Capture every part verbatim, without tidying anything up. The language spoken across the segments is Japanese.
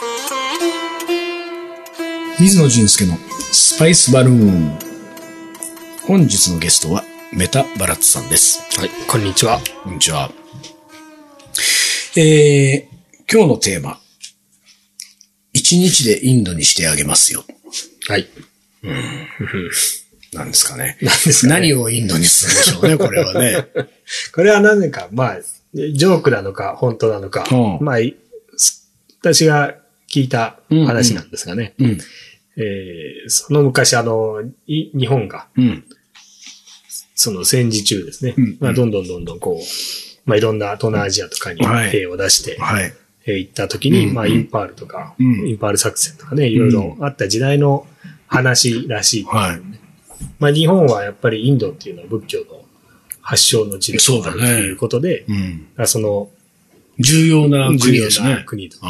水野俊介のスパイスバルーン。本日のゲストはメタバラッツさんです。 はい、こんにちは。 こんにちは。えー、今日のテーマ。一日でインドにしてあげますよ。 はい。 うん。なんですかね。 何ですかね。 何をインドにするんでしょうね、これはね。 これは何か、まあ、ジョークなのか、本当なのか。うん、まあ、私が聞いた話なんですがね。うんうん、えー、その昔、あの、日本が、うん、その戦時中ですね。うん、まあ、どんどんどんどんこう、まあ、いろんな東南アジアとかに兵を出して、はいはいえー、行った時に、うん、まあ、インパールとか、うん、インパール作戦とかね、いろいろあった時代の話らしい、ねうんはい。まあ、日本はやっぱりインドっていうのは仏教の発祥の地であるということで、そ,、ねうん、その、 重要な国ですね。重要な国と。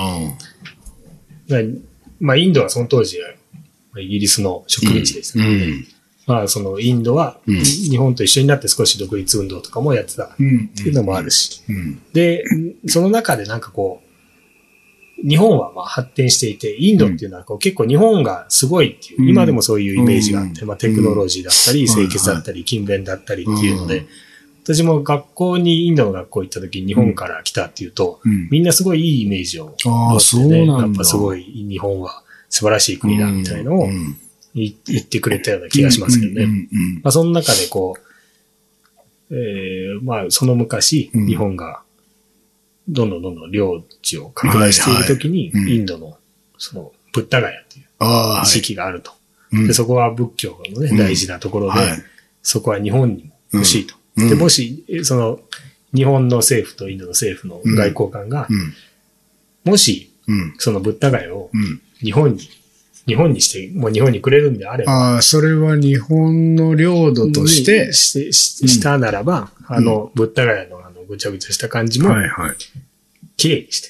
まあ、インドはその当時は、イギリスの植民地でしたので、うんうんまあ、そのインドは日本と一緒になって少し独立運動とかもやってたっていうのもあるし、うんうん、で、その中でなんかこう、日本はまあ発展していて、インドっていうのはこう結構日本がすごいっていう、今でもそういうイメージがあって、まあテクノロジーだったり、清潔だったり、勤勉だったりっていうので、私も学校に、インドの学校行った時に日本から来たっていうと、みんなすごいいいイメージを持ってね、やっぱすごい日本は素晴らしい国だみたいなのを、言ってくれたような気がしますけどね。まあその中でこう、えー、まあその昔、うん、日本がどんどんどんどん領地を拡大しているときに、はいはい、インドのそのブッダガヤという地域があると。はい、でそこは仏教のね、うん、大事なところで、はい、そこは日本にも欲しいと。うん、でもし、その日本の政府とインドの政府の外交官が、うん、もし、そのブッダガヤを日本に日本にして、もう日本にくれるんであれば。 ああ、それは日本の領土として。 し、し、したならば、うん、あの、ブッダガヤのあの、ぐちゃぐちゃした感じも、はいはい。きれいにして。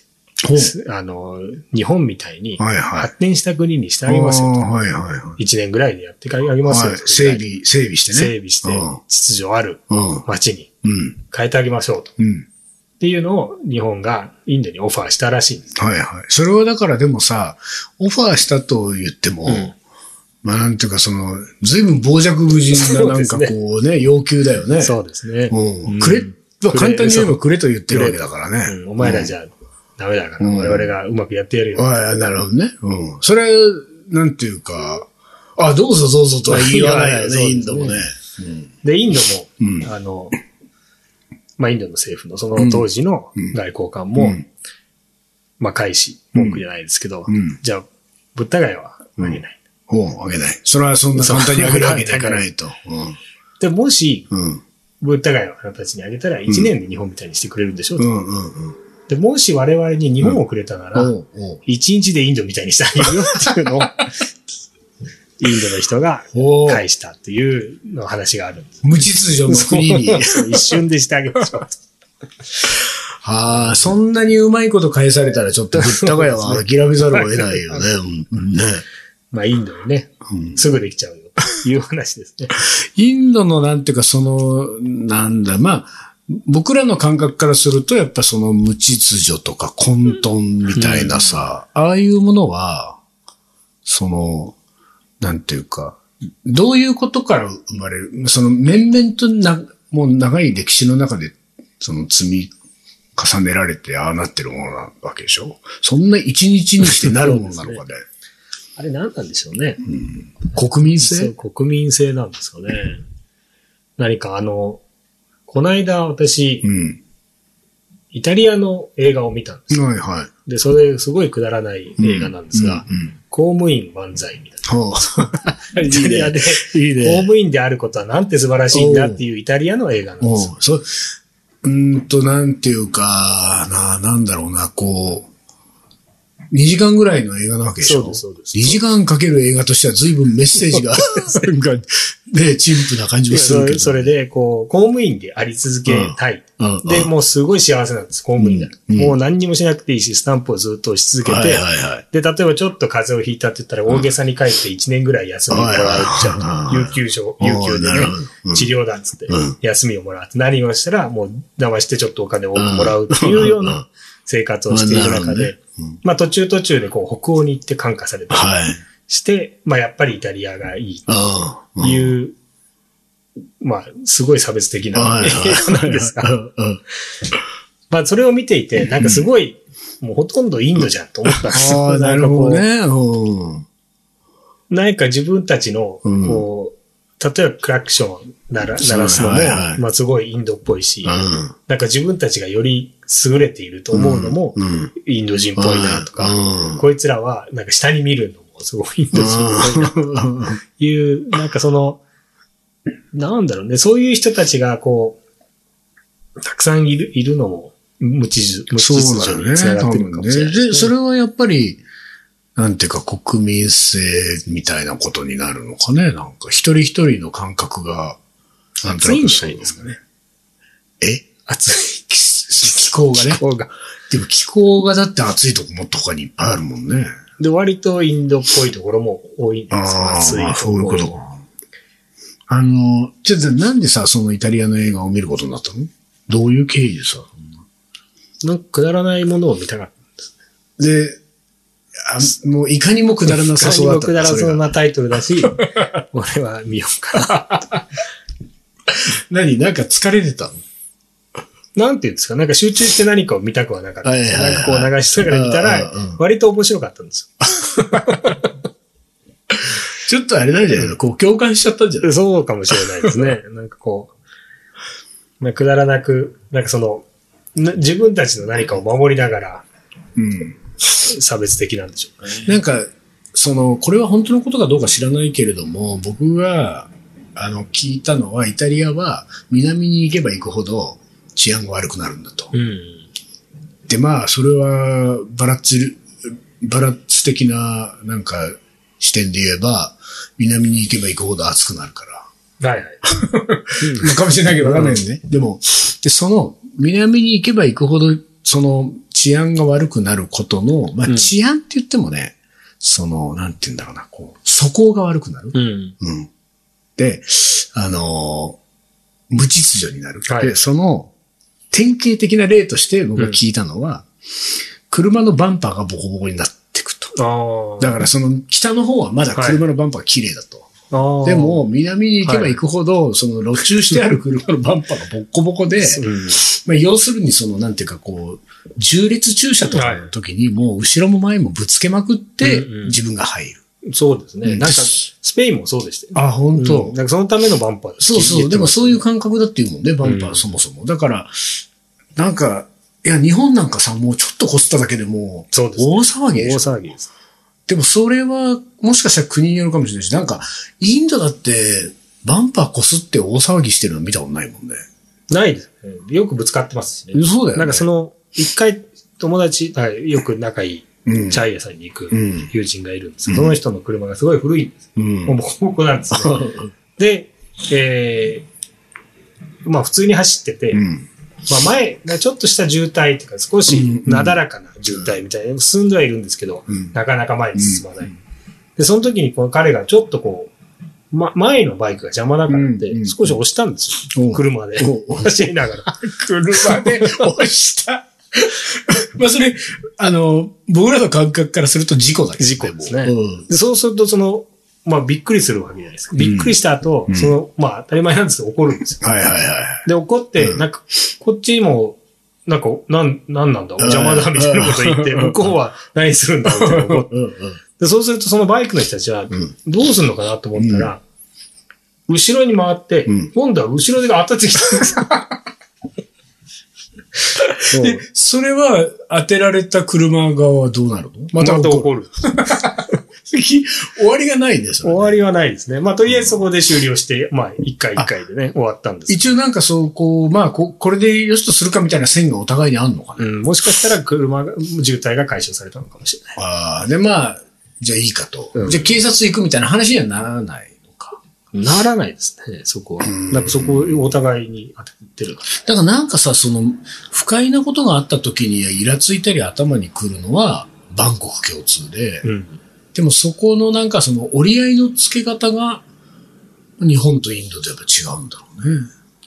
あの、日本みたいに、発展した国にしてあげますよと。はいはいはい。一年ぐらいでやってあげますよと。 整備、整備してね。 整備して、秩序ある街に変えてあげましょうと。うんっていうのを日本がインドにオファーしたらしいんです。 はいはい。それはだからでもさ、オファーしたと言っても、うん、まあなんていうかその、随分傍若無人ななんかこうね、要求だよね。 そうですね。 うん、くれ、まあ、簡単に言えばくれと言ってるわけだからね。 うん、お前らじゃダメだから、うん、我々がうまくやってやるよ。 ああ、なるほどね。うん。それ、なんていうか、あ、どうぞどうぞとは言わないよね、インドもね。 うん、で、インドも、うん、あの、まあ、インドの政府のその当時の外交官も、うん、まあ、返し、文句じゃないですけど、うん、じゃあ、ブッダガヤはあげない。 うん、おう、あげない。それはそんな簡単にあげるわけにはいかないと。うん、 で、もし、うん、ブッダガヤをあなたたちにあげたら、いちねんで日本みたいにしてくれるんでしょうと、うんうんうん。で、もし我々に日本をくれたなら、いちにちでインドみたいにしてあげるよっていうのを、インドの人が返したっていうの話があるんです。 無秩序の国に。 一瞬でしてあげましょう。 ああ、そんなにうまいこと返されたらちょっとブッダガヤは諦めざるを得ないよね。ねまあインドにね、うん、すぐできちゃうよという話ですね。 インドのなんていうかその、なんだ、まあ、僕らの感覚からするとやっぱその無秩序とか混沌みたいなさ、うん、ああいうものは、その、なんていうか、どういうことから生まれる、その面々とな、もう長い歴史の中で、その積み重ねられてああなってるものなわけでしょ。そんな一日にしてなるものなのかね。 あれ何なんでしょうね。 うん、国民性？ 国民性なんですかね。何かあの、この間私、うん、イタリアの映画を見たんですよ。はいはい。で、それすごいくだらない映画なんですが、うんうんうん、公務員万歳みたいな。イタリアで、いいね、公務員であることはなんて素晴らしいんだっていうイタリアの映画なんですよ。 そう、うーんと、なんていうか、な、なんだろうな、こう、にじかんぐらいの映画なわけでしょ。 そうです、そうです。 にじかんかける映画としては随分メッセージが、なんか、ね、陳腐な感じもするけど。 それで、こう、公務員であり続けたい。うんうん、で、もうすごい幸せなんです、公務員だ、うん。もう何にもしなくていいし、スタンプをずっと押し続けて、はいはいはい、で、例えばちょっと風邪をひいたって言ったら、大げさに帰っていちねんぐらい休みをもらうっちゃう。有給証、有給でね、うん、治療だっつって、休みをもらうって。何をしたら、もう騙してちょっとお金を多くもらうっていうような生活をしている中で、 まあ途中途中でこう北欧に行って感化されたりして、はい、まあやっぱりイタリアがいいという、うん、まあすごい差別的な映画なんですが、まあそれを見ていて、なんかすごい、もうほとんどインドじゃんと思ったんですよ。 なるほどね。うん、 何か自分たちの、こう、例えばクラクション鳴らすのも、はいはい、まあすごいインドっぽいし、うん、なんか自分たちがより優れていると思うのも、インド人っぽいなとか、うん、こいつらはなんか下に見るのもすごいインド人っぽいなとかいう、なんかその、なんだろうね、そういう人たちがこう、たくさんいる、いるのも、無秩序、無秩序につながってるのかもしれないですね。 で、それはやっぱり、なんていうか国民性みたいなことになるのかね。なんか一人一人の感覚が、 なんとなくそうですかね。 え暑い。 気候がね。 気候が。 でも気候がだって暑いとこもっと他にいっぱいあるもんね。 で、割とインドっぽいところも多いんですよ。暑いところ。 ああ、そういうことか。あの、ちょっとなんでさ、そのイタリアの映画を見ることになったの？どういう経緯でさ。 なんかくだらないものを見たかったんです。で、あもういかにもくだらなさそうだった。 いかにもくだらそうなタイトルだし、俺は見ようかな。 何なんか疲れてたの？ なんていうんですか、なんか集中して何かを見たくはなかった。なんかこう流しながら見たら、割と面白かったんですよ。 ちょっとあれなんじゃないの？こう共感しちゃったんじゃない？ そうかもしれないですね。なんかこう、まあ、くだらなく、なんかその、自分たちの何かを守りながら、うん、差別的なんでしょうかね。 なんか、その、これは本当のことかどうか知らないけれども、僕が、あの、聞いたのは、イタリアは南に行けば行くほど治安が悪くなるんだと。うん、で、まあ、それは、バラッツ、バラッツ的な、なんか、視点で言えば、南に行けば行くほど暑くなるから。 はいはい。 かもしれないけどわかんないよね。うん、でも、で、その、南に行けば行くほど、その、治安が悪くなることの、まあ、治安って言ってもね、うん、その、なんて言うんだろうな、こう、素行が悪くなる。うん。うん。で、あの、無秩序になる。はい、で、その、典型的な例として僕が聞いたのは、うん、車のバンパーがボコボコになっていくと。だからその、北の方はまだ車のバンパーが綺麗だと。はい、でも、南に行けば行くほど、はい、その路駐してある車のバンパーがボッコボコで、うんまあ、要するにその、なんていうかこう、縦列駐車とかの時にもう後ろも前もぶつけまくって自分が入る。 うんうん、そうですね。なんか、スペインもそうでしたよね。 あ、本当、 うん。なんかそのためのバンパーです。 そうそう。でもそういう感覚だっていうもんね、バンパーそもそも。うん、だから、なんか、いや、日本なんかさ、もうちょっとこすっただけでもう、大騒ぎでしょ。 大騒ぎです。 でもそれは、もしかしたら国によるかもしれないし、なんか、インドだって、バンパーこすって大騒ぎしてるの見たことないもんね。 ないですね。よくぶつかってますしね。 そうだよね。 なんかその、一回友達、よく仲いいチャイ屋さんに行く友人がいるんですけど、うん、その人の車がすごい古いんです。うん、もうボコボコなんですね。で、えー、まあ普通に走ってて、うん、まあ前がちょっとした渋滞というか少しなだらかな渋滞みたいな、進んではいるんですけど、うん、なかなか前に進まない。うん、で、その時にこの彼がちょっとこう、ま、前のバイクが邪魔だからって少し押したんですよ。うん、車で。走りながら。 車で押した。まあそれ、あの、僕らの感覚からすると事故だけどね。 事故ですね。うん、でそうするとその、まあびっくりするわけじゃないですか。びっくりした後、うん、その、まあ当たり前なんですけど怒るんですよ。 はいはいはい。 で怒って、なんか、こっちも、なんか、なん、なんなんだ、邪魔だみたいなこと言って、向こうは何するんだみたいな怒って。でそうするとそのバイクの人たちは、どうするのかなと思ったら、うん、後ろに回って、うん、今度は後ろ手が当たってきたんですで、それは当てられた車側はどうなるの？ また怒る。 終わりがないんですよ、 ね。終わりはないですね。まあ、とりあえずそこで終了して、まあ、一回一回でね、終わったんです。 一応なんかそう、こう、まあこ、これでよしとするかみたいな線がお互いにあんのかな、 うん、もしかしたら車が、渋滞が解消されたのかもしれない。 ああ、で、まあ、じゃあいいかと。うん、じゃあ警察行くみたいな話にはならないのか。 ならないですね、そこは。なんかそこをお互いに当ててる。 だからなんかさ、その、不快なことがあった時にイラついたり頭に来るのは、バンコク共通で、うんでもそこのなんかその折り合いのつけ方が日本とインドでやっぱ違うんだろうね。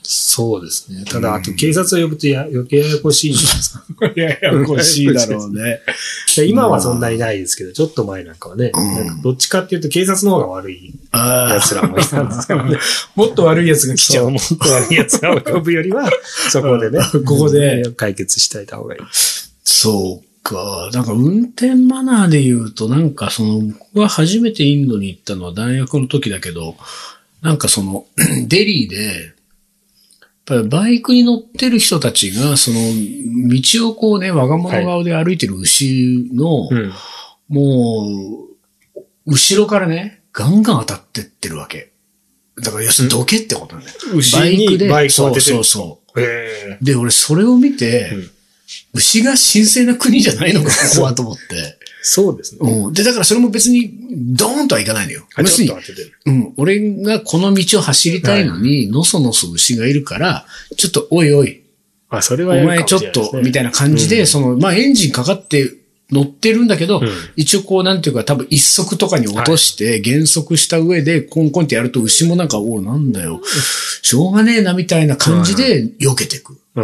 そうですね。ただ、あと警察を呼ぶとや余計ややこしいんですややこしいだろうね。 今はそんなにないですけど、ちょっと前なんかはね、うん、なんかどっちかっていうと警察の方が悪い奴らもいたんですからね。 もっと悪い奴が来ちゃう。 もっと悪い奴らを呼ぶよりは、そこでね、 ここで解決していた方がいい。 そうか。なんか運転マナーで言うと、なんかその、僕が初めてインドに行ったのは大学の時だけど、なんかその、デリーで、やっぱりバイクに乗ってる人たちが、その、道をこうね、我が物顔で歩いてる牛の、はいうん、もう、後ろからね、ガンガン当たってってるわけ。だから、要するにどけってことなんだよ。 うん、バイクで、バイクを当ててる。 そうそうそう。へで、俺それを見て、うん、牛が神聖な国じゃないのか、ここはと思って。 そうですね。 うん。で、だからそれも別に、ドーンとはいかないのよ。要するに、うん。俺がこの道を走りたいのに、はい、のそのそ牛がいるから、ちょっと、おいおい。 あ、それはお前ちょっと、みたいな感じで、うん、その、まあ、エンジンかかって乗ってるんだけど、うん、一応こう、なんていうか、多分一足とかに落として、減速した上で、コンコンってやると、牛もなんか、おう、なんだよ。しょうがねえな、みたいな感じで、避けていく。 うん。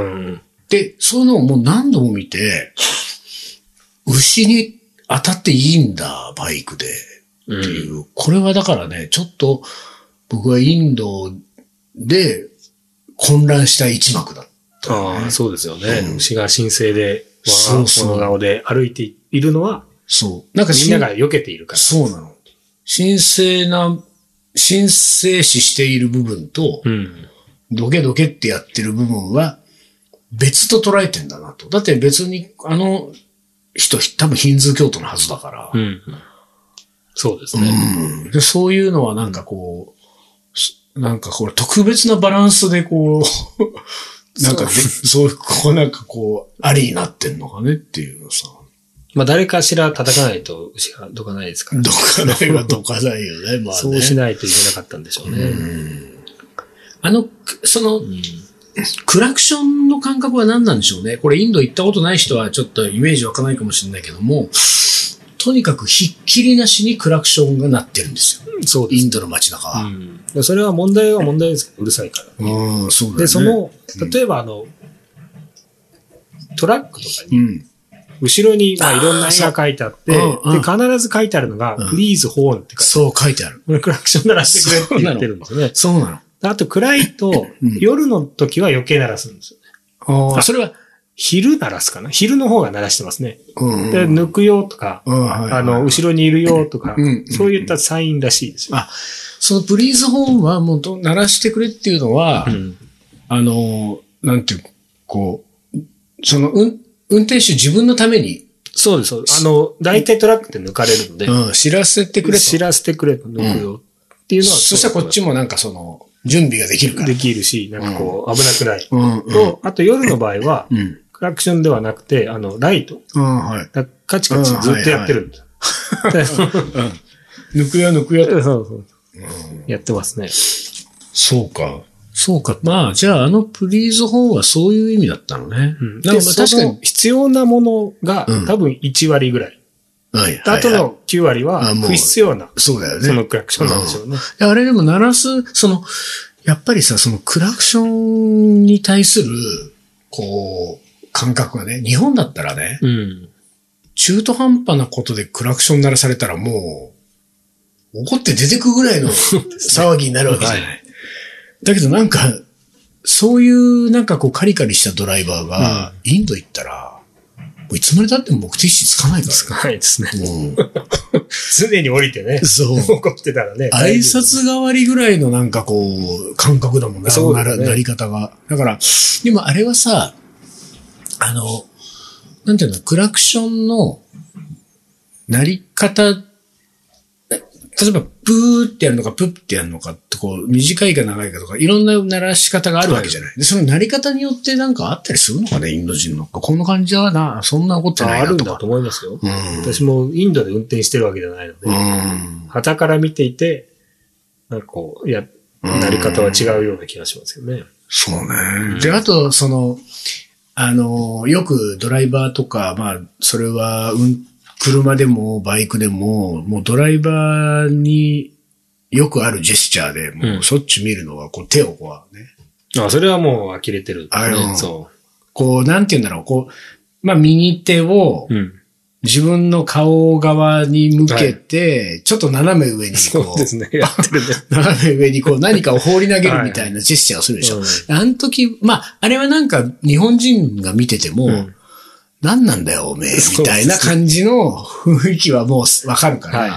で、そういうのをもう何度も見て、牛に当たっていいんだ、バイクで。っていう。うん、これはだからね、ちょっと僕はインドで混乱した一幕だった、ね。 ああ、そうですよね。うん、牛が神聖で、そうそう。顔で歩いているのは、 そう。 なんかみんなが避けているから。 そうなの。神聖な、神聖視している部分と、うん、どけどけってやってる部分は、別と捉えてんだなと。だって別に、あの人、多分ヒンズー教徒のはずだから。 うん、そうですね、 うん。で。そういうのはなんかこう、なんかこれ特別なバランスでこう、なんかで、そういう、こうなんかこう、ありになってんのかねっていうのさ。 まあ誰かしら叩かないと牛がどかないですから、 ね。どかないはどかないよね。まあね。 そうしないといけなかったんでしょうね。うん、 あの、その、うんクラクションの感覚は何なんでしょうね。これインド行ったことない人はちょっとイメージ湧かないかもしれないけども、とにかくひっきりなしにクラクションが鳴ってるんですよ。 そうです。 インドの街中は。 うん、それは問題は問題ですけど、うるさいから。 うん、そうだね。 で、その、例えばあの、トラックとかに、うん、後ろにまあいろんな絵が書いてあって、で、必ず書いてあるのが、うん、Please horn って書いてある。 そう書いてある。 これクラクション鳴らしてくれって言ってるんですよね。 そうなの。 あと暗いと、夜の時は余計鳴らすんですよね。あ、それは昼鳴らすかな昼の方が鳴らしてますね。で抜くよとか、あの、後ろにいるよとか、そういったサインらしいですよ。 あ、そのプリーズホーンはもう鳴らしてくれっていうのは、うん、あの、なんていう、こう、その、うん、運転手自分のために。 そうです、そうです。あの、大体トラックって抜かれるので。 うん、知らせてくれと。 知らせてくれと、抜くよ。うんっていうのはそしたらこっちもなんかその、準備ができるから。 できるし、なんかこう、危なくない。うんうん、と、あと夜の場合は、うん、クラクションではなくて、あの、ライト。 うんはい、 カチカチずっとやってるんだ。 抜くよ抜くよ。 そうそう、うん。やってますね。 そうか。そうか。まあ、じゃああのプリーズホーンはそういう意味だったのね。 うん、でも確かに必要なものが多分いち割ぐらい。 はい。 あとのきゅう割は不必要な。 そうだよね。 そのクラクションなんでしょうね。 うん、あれでも鳴らす、その、やっぱりさ、そのクラクションに対する、こう、感覚がね、日本だったらね、 うん、 中途半端なことでクラクション鳴らされたらもう、怒って出てくぐらいの騒ぎになるわけじゃない。はい、だけどなんか、そういうなんかこうカリカリしたドライバーが、インド行ったら、いつまで経っても目的地つかないから、ね。 つかないですね。 うん、 常に降りてね。 そう。 怒ってたらね。 挨拶代わりぐらいのなんかこう、感覚だもんね。そうですね。なり方が。だから、でもあれはさ、あの、なんていうの、クラクションの、なり方、例えば、プーってやるのか、プッってやるのかって、こう、短いか長いかとか、いろんな鳴らし方があるわけじゃない。はい、で、その鳴り方によってなんかあったりするのかね、インド人の。こんな感じはな、そんな怒ってないなとか。 あるんだと思いますよ。 うん、 私もインドで運転してるわけじゃないので、うん、旗から見ていて、なんかこう、いや、鳴り方は違うような気がしますよね。 そうね。で、あと、その、あの、よくドライバーとか、まあ、それは、うん、車でもバイクでも、もうドライバーによくあるジェスチャーで、もうしょっちゅう見るのは、こう手をこうね、 あ、それはもう呆れてる、ね。 あの、 そう。 こう、なんて言うんだろう、こう、まあ、右手を、自分の顔側に向けて、はい、ちょっと斜め上にこう、 そうですね、やってるね。 斜め上にこう何かを放り投げるみたいなジェスチャーをするでしょ。はい、あの時、まあ、あれはなんか日本人が見てても、うん、何なんだよ、おめえ、みたいな感じの雰囲気はもうわかるから、はい、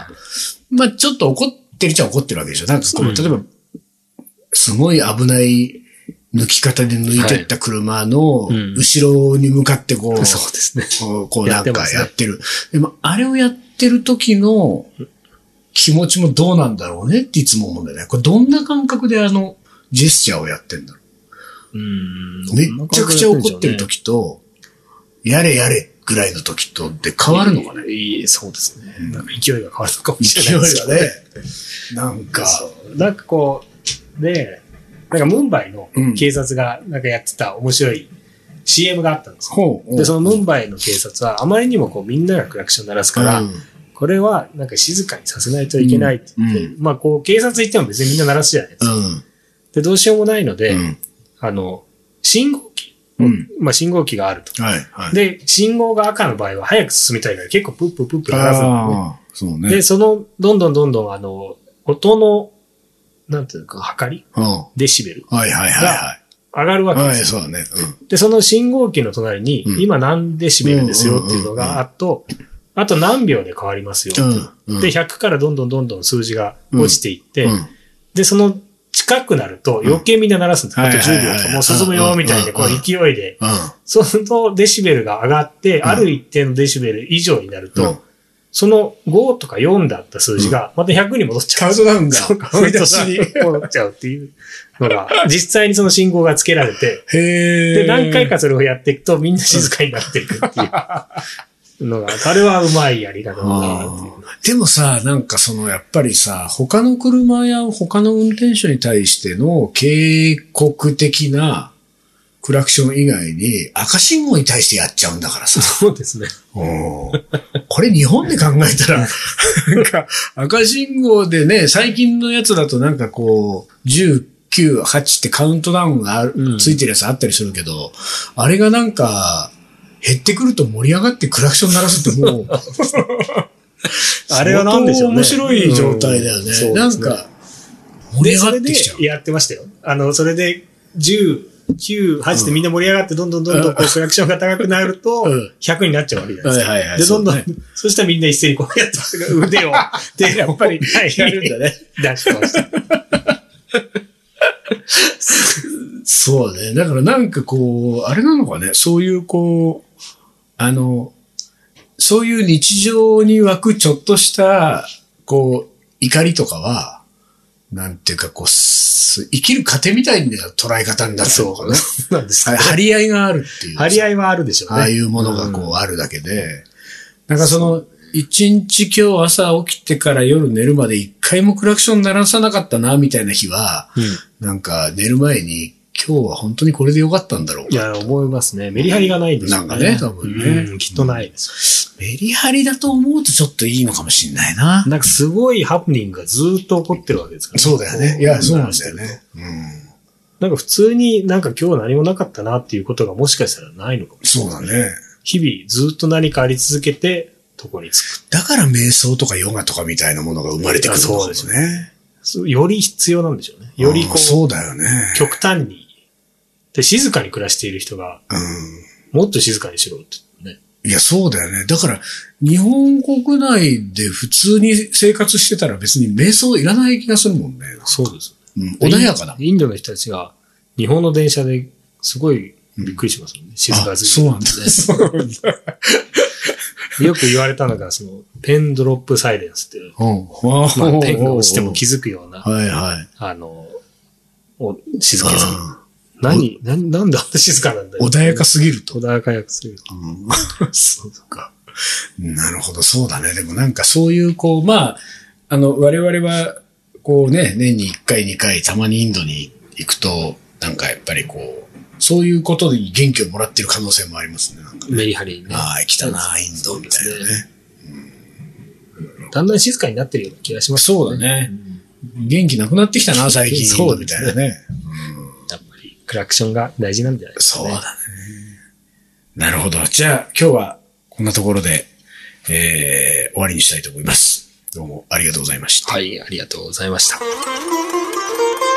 まあ、ちょっと怒ってるっちゃ怒ってるわけでしょ。なんかこう、うん、例えば、すごい危ない抜き方で抜いてった車の後ろに向かってこう、はいうん、 そうですね。 こうなんかやってる。でも、あれをやってる時の気持ちもどうなんだろうねっていつも思うんだよね。これどんな感覚であのジェスチャーをやってんだろう。うんめっちゃくちゃ怒ってる時と、やれやれぐらいの時とって変わるのかね。 いい、そうですね。なんか勢いが変わるのかもしれないですけど、ね。勢いがね。なんか。なんかこう、で、なんかムンバイの警察がなんかやってた面白い シーエム があったんですよ。うん、で、そのムンバイの警察はあまりにもこうみんながクラクション鳴らすから、うん、これはなんか静かにさせないといけないって言って、うん、まあこう警察行っても別にみんな鳴らすじゃないですか。うん、で、どうしようもないので、うん、あの、信号機、うん、まあ信号機があると、はいはい。で、信号が赤の場合は早く進みたいから結構プッププップ鳴らすんですね。そうね。で、その、どんどんどんどんあの、音のなんていうか、測り、うん、デシベルが上がるわけです。はいはいはい、はい、そうだね、うん。で、その信号機の隣に、うん、今何デシベルですよっていうのが、あと、あと何秒で変わりますよ、うんうん。で、ひゃくからどんどんどんどん数字が落ちていって、うん、で、その近くなると余計みんな鳴らすんです。うん、あとじゅうびょうとかもう進むよみたいなこう勢いで、うん、そのデシベルが上がって、うん、ある一定のデシベル以上になると、うんそのごとかよんだった数字が、またひゃくに戻っちゃう。カウントダウンが。そう、カウントしに戻っちゃうっていうのが、実際にその信号がつけられて、へで、何回かそれをやっていくとみんな静かになっていくっていうのが、あれはうまいやり方だなっていう。 でもさ、なんかそのやっぱりさ、他の車や他の運転手に対しての警告的な、クラクション以外に赤信号に対してやっちゃうんだからさ。 そうですね。 これ日本で考えたら、なんか赤信号でね、最近のやつだとなんかこう、じゅう、きゅう、はちってカウントダウンがある、うん、ついてるやつあったりするけど、あれがなんか減ってくると盛り上がってクラクション鳴らすってもう、 あれはなんでしょうね。 面白い状態だよね。うん、なんか、盛り上がってきちゃう。 やってましたよ。あの、それでじゅう、きゅう、はちでみんな盛り上がってどんどんどんどんこうクラクションが高くなるとひゃくになっちゃうわけじゃないですか。はいはいはい、で、どんどん、そ, ね、そしたらみんな一斉にこうやって腕を、で、やっぱり、はい、やるんだね。出してました。 そうね。だからなんかこう、あれなのかね、そういうこう、あの、そういう日常に湧くちょっとした、こう、怒りとかは、なんていうかこう、生きる糧みたいな捉え方になってるのかな。そうなんですか、ね。張り合いがあるっていう。 張り合いはあるでしょうね。 ああいうものがこうあるだけで。なんかその、一日今日朝起きてから夜寝るまで一回もクラクション鳴らさなかったな、みたいな日は、うん、なんか寝る前に、今日は本当にこれでよかったんだろう。 いや、思いますね。メリハリがないんですよね。 なんかね、多分ね。 うん、きっとないです、 うん。メリハリだと思うとちょっといいのかもしれないな。 なんかすごいハプニングがずっと起こってるわけですからね。そうだよね。いや、そうなんだよね。うん。 なんか普通になんか今日何もなかったなっていうことがもしかしたらないのかもしれない。 そうだね。 日々ずっと何かあり続けて、とこに着く。 だから瞑想とかヨガとかみたいなものが生まれてくるんですね。そうですね。より必要なんでしょうね。よりこう、 そうだよね。 極端に。で、静かに暮らしている人が、うん、もっと静かにしろってね。 いや、そうだよね。だから、日本国内で普通に生活してたら別に瞑想いらない気がするもんね。 そうです。 うん、穏やかな。 インドの人たちが、日本の電車ですごいびっくりしますもんね。うん、静かすぎて。 そうなんですね。 よく言われたのが、その、ペンドロップサイレンスっていう、うんまあ、ペンが落ちても気づくような、はいはい、あの、お静けさ。何、な、なんであんな静かなんだよ。 穏やかすぎると。 穏やかすぎると。 うん、そうか。なるほど、そうだね。でもなんかそういう、こう、まあ、あの、我々は、こうね、年にいっかい、にかい、たまにインドに行くと、なんかやっぱりこう、そういうことで元気をもらっている可能性もありますね。なんかねメリハリね。 ああ、来たな、インドみたいなね、ねうん。だんだん静かになってるような気がしますね。 そうだね。うん、元気なくなってきたな、最近。そうみたいなね。 やっぱりクラクションが大事なんじゃないですかね。 そうだね。なるほど。じゃあ、今日はこんなところで、えー、終わりにしたいと思います。どうもありがとうございました。 はい、ありがとうございました。